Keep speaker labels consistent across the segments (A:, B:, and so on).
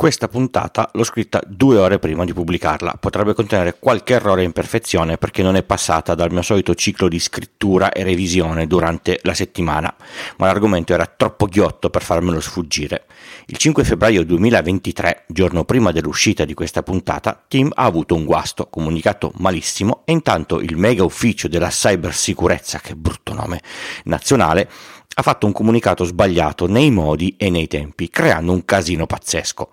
A: Questa puntata l'ho scritta 2 ore prima di pubblicarla, potrebbe contenere qualche errore e imperfezione perché non è passata dal mio solito ciclo di scrittura e revisione durante la settimana, ma l'argomento era troppo ghiotto per farmelo sfuggire. Il 5 febbraio 2023, giorno prima dell'uscita di questa puntata, Tim ha avuto un guasto, comunicato malissimo, e intanto il mega ufficio della cybersicurezza, che brutto nome, nazionale, ha fatto un comunicato sbagliato nei modi e nei tempi, creando un casino pazzesco.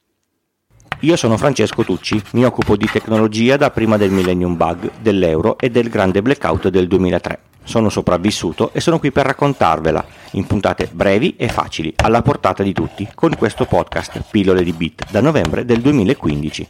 A: Io sono Francesco Tucci, mi occupo di tecnologia da prima del Millennium Bug, dell'euro e del grande blackout del 2003. Sono sopravvissuto e sono qui per raccontarvela, in puntate brevi e facili, alla portata di tutti, con questo podcast Pillole di Bit, da novembre del 2015.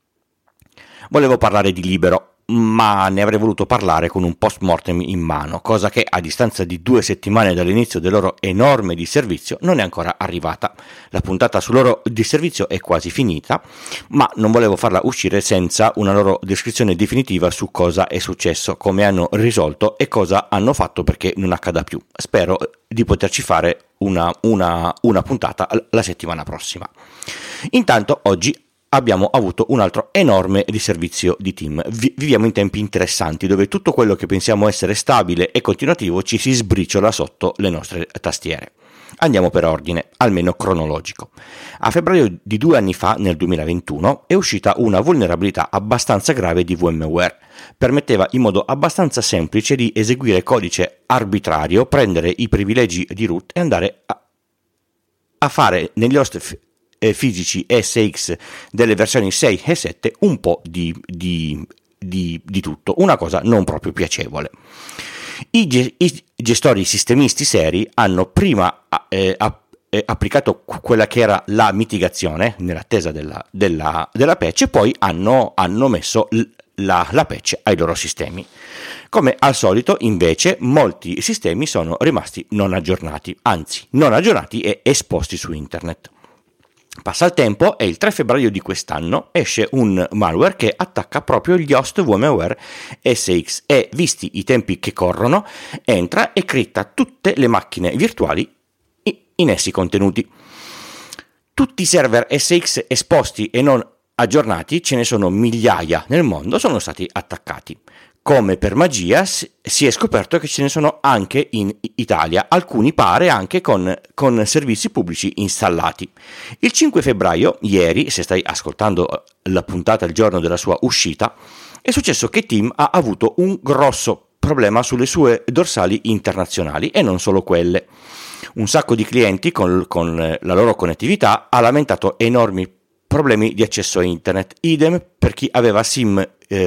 A: Volevo parlare di Libero, ma ne avrei voluto parlare con un post-mortem in mano, cosa che a distanza di 2 settimane dall'inizio del loro enorme disservizio non è ancora arrivata. La puntata sul loro disservizio è quasi finita, ma non volevo farla uscire senza una loro descrizione definitiva su cosa è successo, come hanno risolto e cosa hanno fatto perché non accada più. Spero di poterci fare una puntata la settimana prossima. Intanto oggi abbiamo avuto un altro enorme disservizio di Tim. Viviamo in tempi interessanti dove tutto quello che pensiamo essere stabile e continuativo ci si sbriciola sotto le nostre tastiere. Andiamo per ordine, almeno cronologico. A febbraio di 2 anni fa, nel 2021, è uscita una vulnerabilità abbastanza grave di VMware. Permetteva in modo abbastanza semplice di eseguire codice arbitrario, prendere i privilegi di root e andare a fare negli host fisici SX delle versioni 6 e 7 un po' di tutto, una cosa non proprio piacevole. I gestori sistemisti seri hanno prima applicato quella che era la mitigazione nell'attesa della patch e poi hanno messo la patch ai loro sistemi. Come al solito, invece, molti sistemi sono rimasti non aggiornati e esposti su internet. Passa il tempo e il 3 febbraio di quest'anno esce un malware che attacca proprio gli host VMware SX e, visti i tempi che corrono, entra e cripta tutte le macchine virtuali in essi contenuti. Tutti i server SX esposti e non aggiornati, ce ne sono migliaia nel mondo, sono stati attaccati. Come per magia si è scoperto che ce ne sono anche in Italia, alcuni pare anche con servizi pubblici installati. Il 5 febbraio, ieri, se stai ascoltando la puntata il giorno della sua uscita, è successo che Tim ha avuto un grosso problema sulle sue dorsali internazionali e non solo quelle. Un sacco di clienti con la loro connettività ha lamentato enormi problemi di accesso a internet, idem per chi aveva SIM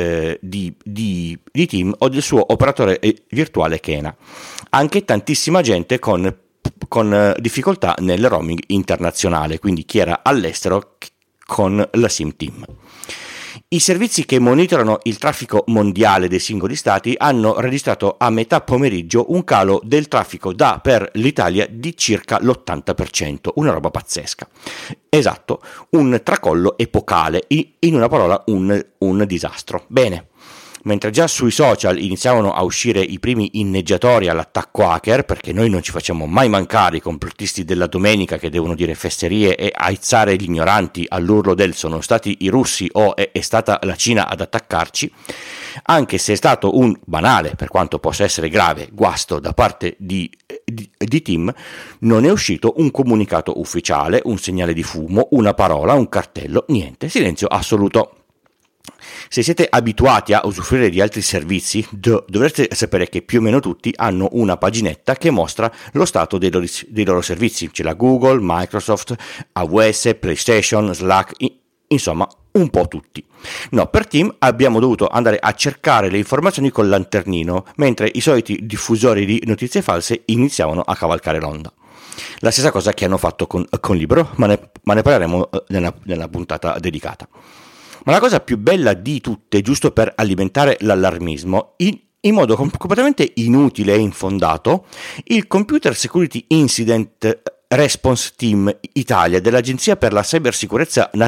A: di Tim o del suo operatore virtuale Kena. Anche tantissima gente con difficoltà nel roaming internazionale, quindi chi era all'estero con la SIM Tim. I servizi che monitorano il traffico mondiale dei singoli stati hanno registrato a metà pomeriggio un calo del traffico per l'Italia di circa l'80%, una roba pazzesca. Esatto, un tracollo epocale, in una parola un disastro. Bene. Mentre già sui social iniziavano a uscire i primi inneggiatori all'attacco hacker, perché noi non ci facciamo mai mancare i complottisti della domenica che devono dire fesserie e aizzare gli ignoranti all'urlo del sono stati i russi o è stata la Cina ad attaccarci, anche se è stato un banale, per quanto possa essere grave, guasto da parte di Tim, non è uscito un comunicato ufficiale, un segnale di fumo, una parola, un cartello, niente, silenzio assoluto. Se siete abituati a usufruire di altri servizi, dovrete sapere che più o meno tutti hanno una paginetta che mostra lo stato dei loro servizi. C'è la Google, Microsoft, AWS, PlayStation, Slack, insomma un po' tutti. No, per Tim abbiamo dovuto andare a cercare le informazioni col lanternino, mentre i soliti diffusori di notizie false iniziavano a cavalcare l'onda. La stessa cosa che hanno fatto con Libero, ma ne parleremo nella puntata dedicata. Ma la cosa più bella di tutte, giusto per alimentare l'allarmismo, in modo completamente inutile e infondato, il Computer Security Incident Response Team Italia dell'Agenzia per la Cybersicurezza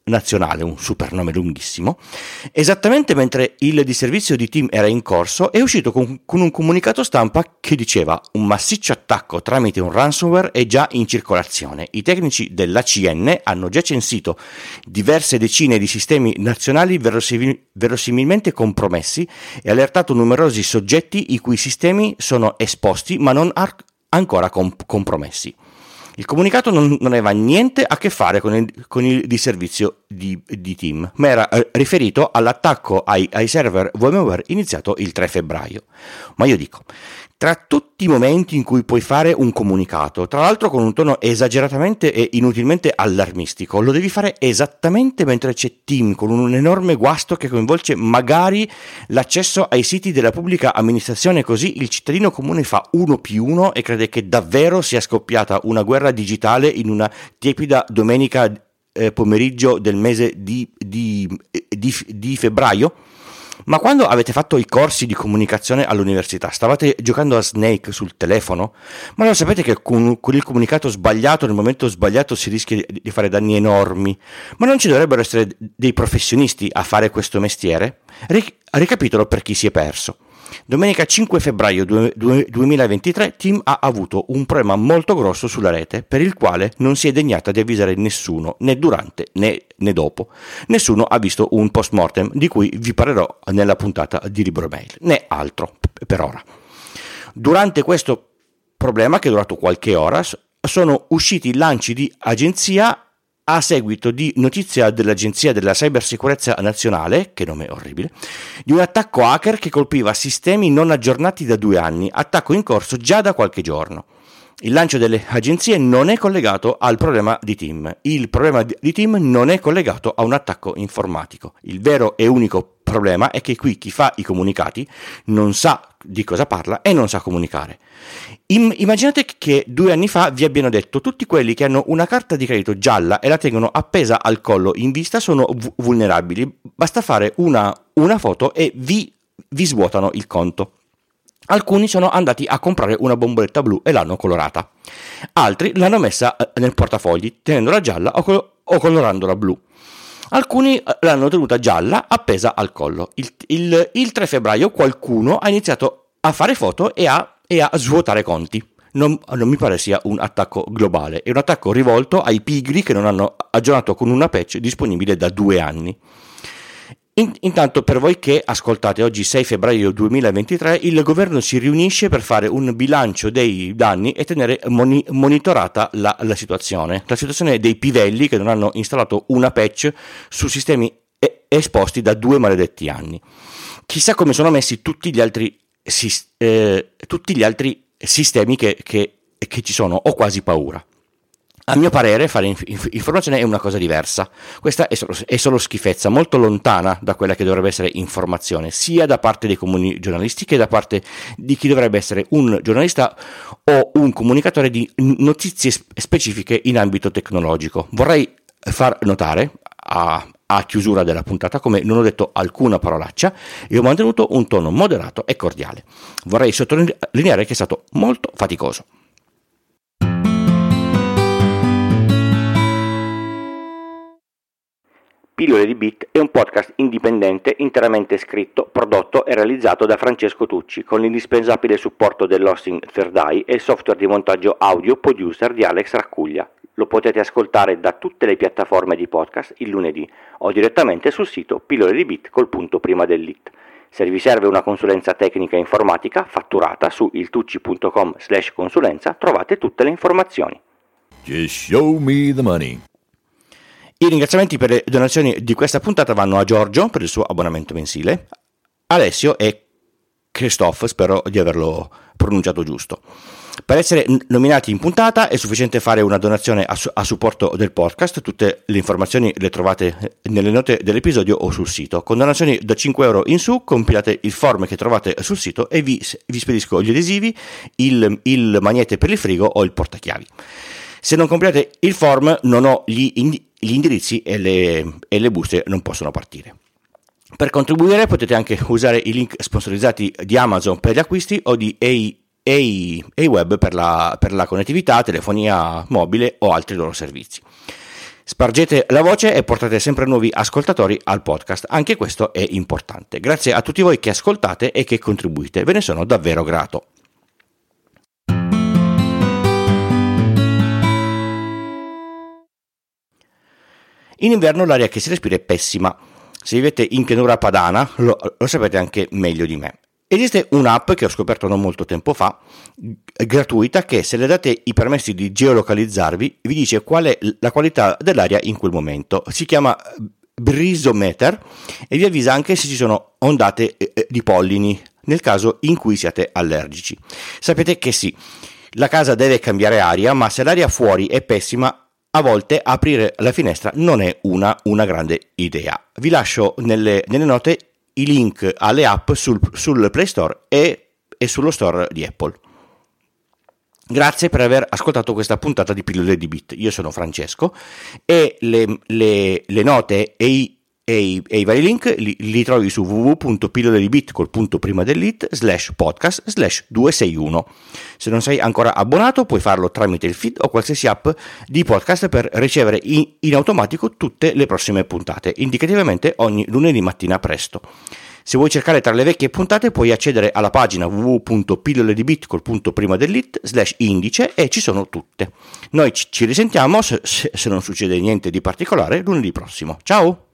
A: nazionale, un supernome lunghissimo, esattamente mentre il disservizio di Tim era in corso, è uscito con un comunicato stampa che diceva: un massiccio attacco tramite un ransomware è già in circolazione. I tecnici dell'ACN hanno già censito diverse decine di sistemi nazionali verosimilmente compromessi e allertato numerosi soggetti i cui sistemi sono esposti ma non ancora compromessi. Il comunicato non aveva niente a che fare con il disservizio di Tim, ma era riferito all'attacco ai server VMware iniziato il 3 febbraio. Ma io dico, tra tutti i momenti in cui puoi fare un comunicato, tra l'altro con un tono esageratamente e inutilmente allarmistico, lo devi fare esattamente mentre c'è Tim con un enorme guasto che coinvolge magari l'accesso ai siti della pubblica amministrazione, così il cittadino comune fa 1+1 e crede che davvero sia scoppiata una guerra digitale in una tiepida domenica pomeriggio del mese di febbraio? Ma quando avete fatto i corsi di comunicazione all'università, stavate giocando a Snake sul telefono? Ma lo sapete che con il comunicato sbagliato, nel momento sbagliato, si rischia di fare danni enormi? Ma non ci dovrebbero essere dei professionisti a fare questo mestiere? Ricapitolo per chi si è perso. Domenica 5 febbraio 2023 Tim ha avuto un problema molto grosso sulla rete per il quale non si è degnata di avvisare nessuno, né durante né dopo. Nessuno ha visto un post mortem di cui vi parlerò nella puntata di Libro Mail, né altro per ora. Durante questo problema, che è durato qualche ora, sono usciti lanci di agenzia a seguito di notizia dell'Agenzia della Cybersicurezza Nazionale, che nome orribile, di un attacco hacker che colpiva sistemi non aggiornati da 2 anni, attacco in corso già da qualche giorno. Il lancio delle agenzie non è collegato al problema di Tim. Il problema di Tim non è collegato a un attacco informatico. Il vero e unico problema è che qui chi fa i comunicati non sa di cosa parla e non sa comunicare. Immaginate che 2 anni fa vi abbiano detto: tutti quelli che hanno una carta di credito gialla e la tengono appesa al collo in vista sono vulnerabili, basta fare una foto e vi svuotano il conto. Alcuni sono andati a comprare una bomboletta blu e l'hanno colorata, altri l'hanno messa nel portafogli tenendola gialla o colorandola blu. Alcuni l'hanno tenuta gialla appesa al collo. Il 3 febbraio qualcuno ha iniziato a fare foto e a svuotare conti. Non mi pare sia un attacco globale, è un attacco rivolto ai pigri che non hanno aggiornato con una patch disponibile da 2 anni. Intanto, per voi che ascoltate oggi 6 febbraio 2023, il governo si riunisce per fare un bilancio dei danni e tenere monitorata la situazione dei pivelli che non hanno installato una patch su sistemi esposti da 2 maledetti anni. Chissà come sono messi tutti gli altri sistemi che ci sono. Ho quasi paura. A mio parere fare informazione è una cosa diversa. Questa è solo schifezza, molto lontana da quella che dovrebbe essere informazione, sia da parte dei comuni giornalisti che da parte di chi dovrebbe essere un giornalista o un comunicatore di notizie specifiche in ambito tecnologico. Vorrei far notare a chiusura della puntata come non ho detto alcuna parolaccia e ho mantenuto un tono moderato e cordiale. Vorrei sottolineare che è stato molto faticoso. Pillole di Bit è un podcast indipendente interamente scritto, prodotto e realizzato da Francesco Tucci con l'indispensabile supporto dell'hosting Third Eye e il software di montaggio audio Producer di Alex Raccuglia. Lo potete ascoltare da tutte le piattaforme di podcast il lunedì o direttamente sul sito Pillole di Bit col punto prima dell'it. Se vi serve una consulenza tecnica e informatica fatturata su iltucci.com/consulenza trovate tutte le informazioni.
B: Just show me the money.
A: I ringraziamenti per le donazioni di questa puntata vanno a Giorgio per il suo abbonamento mensile, Alessio e Christophe, spero di averlo pronunciato giusto. Per essere nominati in puntata è sufficiente fare una donazione a supporto del podcast. Tutte le informazioni le trovate nelle note dell'episodio o sul sito. Con donazioni da 5 euro in su compilate il form che trovate sul sito e vi spedisco gli adesivi, il magnete per il frigo o il portachiavi. Se non compilate il form non ho gli indirizzi e le buste non possono partire. Per contribuire potete anche usare i link sponsorizzati di Amazon per gli acquisti o di AWeb per la connettività, telefonia mobile o altri loro servizi. Spargete la voce e portate sempre nuovi ascoltatori al podcast, anche questo è importante. Grazie a tutti voi che ascoltate e che contribuite, ve ne sono davvero grato. In inverno l'aria che si respira è pessima. Se vivete in pianura padana lo sapete anche meglio di me. Esiste un'app che ho scoperto non molto tempo fa, gratuita, che se le date i permessi di geolocalizzarvi vi dice qual è la qualità dell'aria in quel momento. Si chiama Breezometer e vi avvisa anche se ci sono ondate di pollini nel caso in cui siate allergici. Sapete che sì, la casa deve cambiare aria, ma se l'aria fuori è pessima, a volte aprire la finestra non è una grande idea. Vi lascio nelle note i link alle app sul Play Store e sullo store di Apple. Grazie per aver ascoltato questa puntata di Pillole di Bit. Io sono Francesco e le note e i vari link li trovi su www.pilloledibit col punto prima dell'it /podcast/261. Se non sei ancora abbonato puoi farlo tramite il feed o qualsiasi app di podcast per ricevere in automatico tutte le prossime puntate, indicativamente ogni lunedì mattina presto. Se vuoi cercare tra le vecchie puntate puoi accedere alla pagina www.pilloledibit col punto prima dell'it /indice e ci sono tutte. Noi ci risentiamo se non succede niente di particolare lunedì prossimo. Ciao!